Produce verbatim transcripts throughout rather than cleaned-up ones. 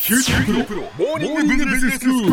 キューティープロモーニングビジネススクール。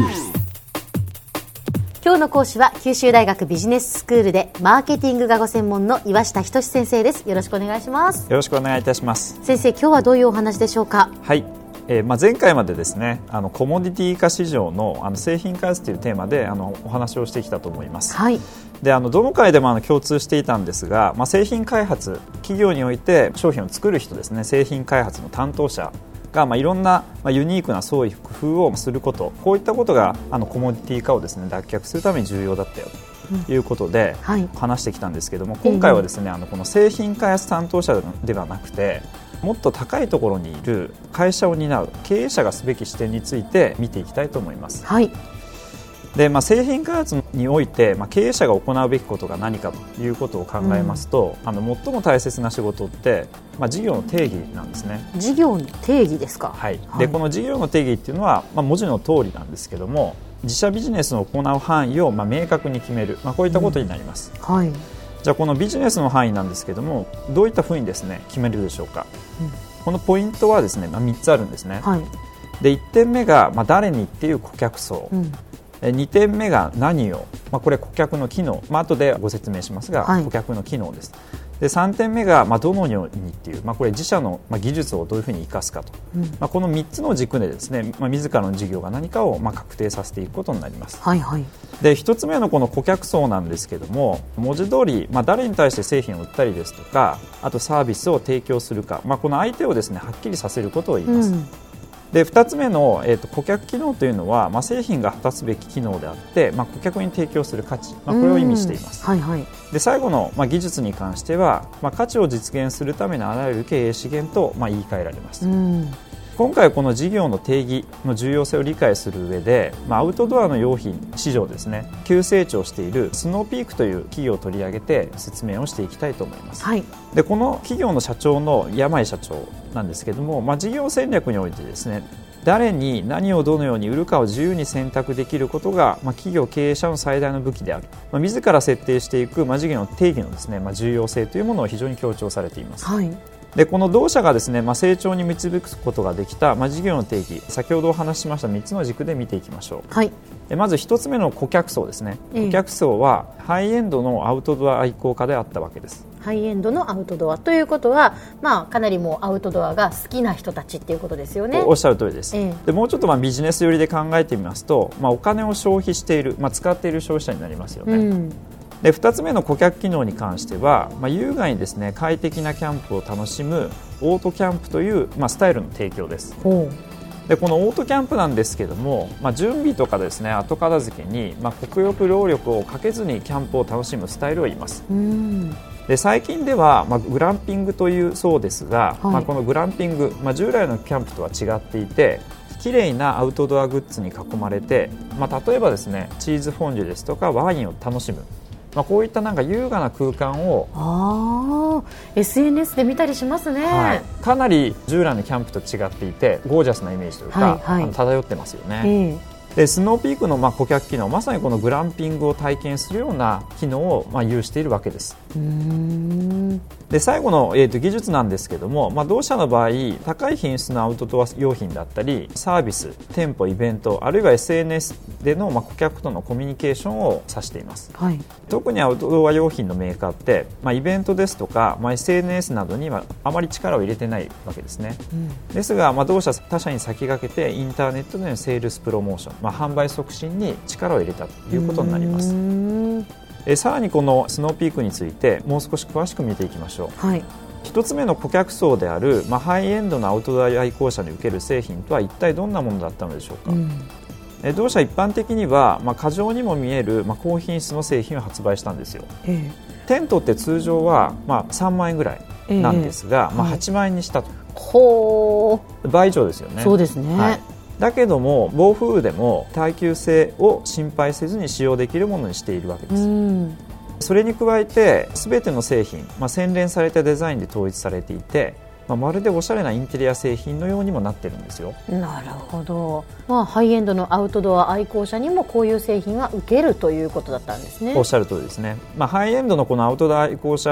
今日の講師は九州大学ビジネススクールでマーケティングがご専門の岩下仁先生です。よろしくお願いします。 よろしくお願いいたします。 先生、今日はどういうお話でしょうか？ はい、えーまあ、前回までですね、あのコモディティ化市場 の, あの製品開発というテーマであのお話をしてきたと思います。 はい。であのどの回でもあの共通していたんですが、まあ、製品開発、企業において商品を作る人ですね、製品開発の担当者が、まあ、いろんな、まあ、ユニークな創意工夫をすること、こういったことがあのコモディティ化をですね脱却するために重要だったよということで、うんはい、話してきたんですけども、今回はですね、あのこの製品開発担当者ではなくて、もっと高いところにいる会社を担う経営者がすべき視点について見ていきたいと思います。 はい。 でまあ、製品開発において、まあ、経営者が行うべきことが何かということを考えますと、うん、あの最も大切な仕事って、まあ、事業の定義なんですね。 事業の定義ですか？ はい。で、はい、この事業の定義っていうのは、まあ、文字の通りなんですけども、自社ビジネスの行う範囲をまあ明確に決める、まあ、こういったことになります。 うん、はい。 じゃあこのビジネスの範囲なんですけども、どういったふうにですね決めるでしょうか？うん、このポイントはですね、まあ、みっつあるんですね。はい。でいってんめが、まあ、誰にっていう顧客層、うん、にてんめが何を、まあ、これ顧客の機能、まあ後でご説明しますが、はい、顧客の機能です。でさんてんめが、まあ、どのようにっていう、まあ、これ自社の、まあ、技術をどういうふうに生かすかと、うんまあ、このみっつの軸でですね、まあ、自らの事業が何かを、まあ、確定させていくことになります。 はいはい。でひとつめのこの顧客層なんですけども、文字通り、まあ、誰に対して製品を売ったりですとか、あとサービスを提供するか、まあ、この相手をですねはっきりさせることを言います。うん、でふたつめの、えー、と顧客機能というのは、まあ、製品が果たすべき機能であって、まあ、顧客に提供する価値、まあ、これを意味しています。 はいはい。 で最後の、まあ、技術に関しては、まあ、価値を実現するためのあらゆる経営資源と、まあ、言い換えられます。うん今回この事業の定義の重要性を理解する上で、まあ、アウトドアの用品市場ですね、急成長しているスノーピークという企業を取り上げて説明をしていきたいと思います。はい、でこの企業の社長の山井社長なんですけども、まあ、事業戦略においてですね、誰に何をどのように売るかを自由に選択できることが、まあ、企業経営者の最大の武器である、まあ、自ら設定していく、まあ、事業の定義のですね、まあ、重要性というものを非常に強調されています。はい。でこの同社がですね、まあ、成長に導くことができた、まあ、事業の定義、先ほどお話ししましたみっつの軸で見ていきましょう。はい、でまずひとつめの顧客層ですね。顧客層はハイエンドのアウトドア愛好家であったわけです。 ハイエンドのアウトドアということは、まあ、かなりもうアウトドアが好きな人たちっていうことですよね。 おっしゃる通りです。ええ、でもうちょっとまあビジネス寄りで考えてみますと、まあ、お金を消費している、まあ、使っている消費者になりますよね。うんでふたつめの顧客機能に関しては、まあ、優雅にですね快適なキャンプを楽しむオートキャンプという、まあ、スタイルの提供です。でこのオートキャンプなんですけども、まあ、準備とかですね後片付けに、まあ、国力労力をかけずにキャンプを楽しむスタイルを言います。うんで最近では、まあ、グランピングというそうですが、はいまあ、このグランピング、まあ、従来のキャンプとは違っていて、綺麗なアウトドアグッズに囲まれて、まあ、例えばですねチーズフォンデュですとかワインを楽しむ、まあ、こういったなんか優雅な空間をあ エスエヌエス で見たりしますね。はい、 かなり従来のキャンプと違っていてゴージャスなイメージというか、はいはい、あの漂ってますよね。えーでスノーピークのまあ顧客機能、まさにこのグランピングを体験するような機能をまあ有しているわけです。うーんで最後の、えー、と技術なんですけども、まあ、同社の場合高い品質のアウトドア用品だったりサービス、店舗、イベントあるいは エスエヌエス での、まあ、顧客とのコミュニケーションを指しています。はい、特にアウトドア用品のメーカーって、まあ、イベントですとか、まあ、エスエヌエス などにはあまり力を入れてないわけですね。うん、ですが、まあ、同社他社に先駆けてインターネットでのセールスプロモーション、まあ、販売促進に力を入れたということになります。えさらにこのスノーピークについてもう少し詳しく見ていきましょう。はい、ひとつめの顧客層である、まあ、ハイエンドのアウトドア愛好者に受ける製品とは一体どんなものだったのでしょうか。うん、え同社一般的には、まあ、過剰にも見える、まあ、高品質の製品を発売したんですよ。えー、テントって通常は、まあ、さんまんえんぐらいなんですが、えーまあ、はちまんえんにしたと、はい、ほー倍以上ですよね。 そうですね。はいだけども暴風雨でも耐久性を心配せずに使用できるものにしているわけです。うんそれに加えて全ての製品、まあ、洗練されたデザインで統一されていて、まあ、まるでおしゃれなインテリア製品のようにもなってるんですよ。 なるほど、まあ、ハイエンドのアウトドア愛好者にもこういう製品は受けるということだったんですね。 おっしゃる通りですね。まあ、ハイエンドのこのアウトドア愛好者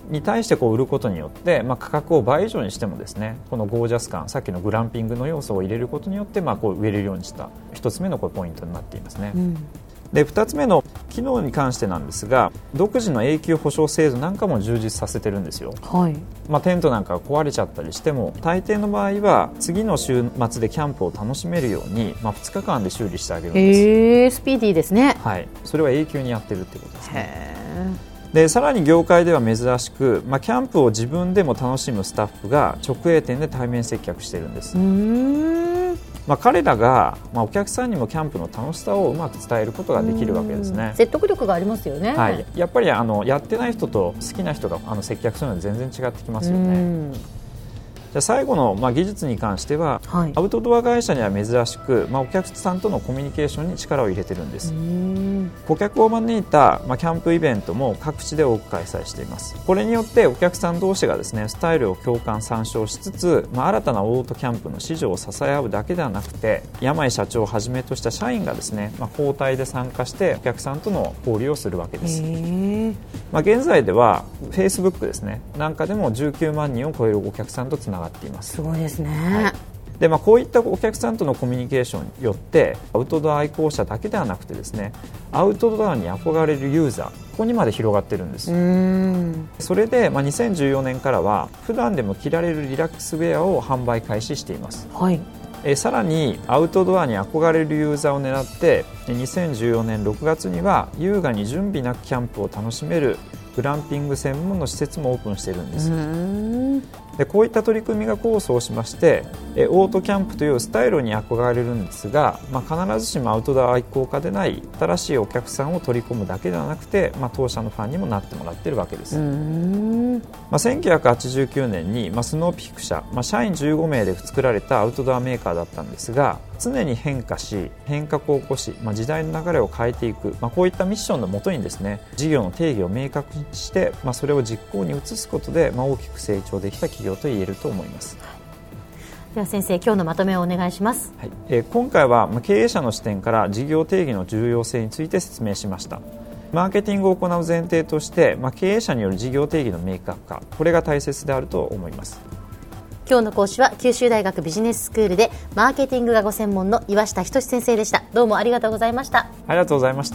に対してこう売ることによって、まあ、価格を倍以上にしてもですね、このゴージャス感、さっきのグランピングの要素を入れることによって、まあ、こう売れるようにしたひとつめのこれポイントになっていますね、うん、でふたつめの機能に関してなんですが、独自の永久保証制度なんかも充実させてるんですよ、はい。まあ、テントなんかが壊れちゃったりしても大抵の場合は次の週末でキャンプを楽しめるように、まあ、ふつかかんで修理してあげるんです。 へー、スピーディーですね。 はい、それは永久にやってるってことですね。へー。でさらに業界では珍しく、まあ、キャンプを自分でも楽しむスタッフが直営店で対面接客しているんです。うーん、まあ、彼らが、まあ、お客さんにもキャンプの楽しさをうまく伝えることができるわけですね。 説得力がありますよね、 はい、やっぱりあのやってない人と好きな人があの接客するのは全然違ってきますよね。じゃあ最後の、まあ、技術に関しては、はい、アウトドア会社には珍しく、まあ、お客さんとのコミュニケーションに力を入れているんです。顧客を招いた、まあ、キャンプイベントも各地で多く開催しています。これによってお客さん同士がですね、スタイルを共感参照しつつ、まあ、新たなオートキャンプの市場を支え合うだけではなくて、山井社長をはじめとした社員がですね、まあ、交代で参加してお客さんとの交流をするわけです。まあ、現在では Facebook ですねなんかでもじゅうきゅうまんにんを超えるお客さんとつながっています。 すごいですね、 はい。でまあ、こういったお客さんとのコミュニケーションによってアウトドア愛好者だけではなくてですね、アウトドアに憧れるユーザー、ここにまで広がってるんです。うーん、それで、まあ、にせんじゅうよねんからは普段でも着られるリラックスウェアを販売開始しています。はい。えさらにアウトドアに憧れるユーザーを狙ってにせんじゅうよねんろくがつには優雅に準備なくキャンプを楽しめるグランピング専門の施設もオープンしているんです。うーん、でこういった取り組みが功を奏しましてえオートキャンプというスタイルに憧れるんですが、まあ、必ずしもアウトドア愛好家でない新しいお客さんを取り込むだけではなくて、まあ、当社のファンにもなってもらっているわけです。うーん、まあ、せんきゅうひゃくはちじゅうきゅうねんに、まあ、スノーピーク社、まあ、社員じゅうごめいで作られたアウトドアメーカーだったんですが、常に変化し変革を起こし、まあ、時代の流れを変えていく、まあ、こういったミッションのもとにですね、事業の定義を明確にして、まあ、それを実行に移すことで、まあ、大きく成長できた企業と言えると思います。 では先生、今日のまとめをお願いします。 はい。えー、今回は経営者の視点から事業定義の重要性について説明しました。マーケティングを行う前提として、まあ、経営者による事業定義の明確化、これが大切であると思います。 今日の講師は九州大学ビジネススクールでマーケティングがご専門の岩下仁先生でした。どうもありがとうございました。 ありがとうございました。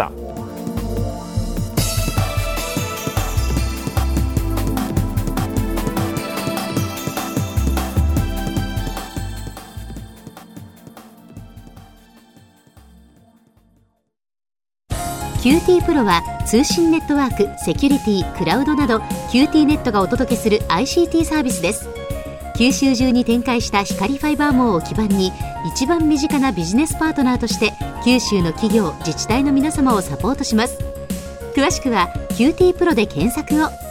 キューティー プロは通信ネットワーク、セキュリティ、クラウドなど キューティー ネットがお届けする アイシーティー サービスです。九州中に展開した光ファイバー網を基盤に一番身近なビジネスパートナーとして九州の企業、自治体の皆様をサポートします。詳しくは キューティー プロで検索を。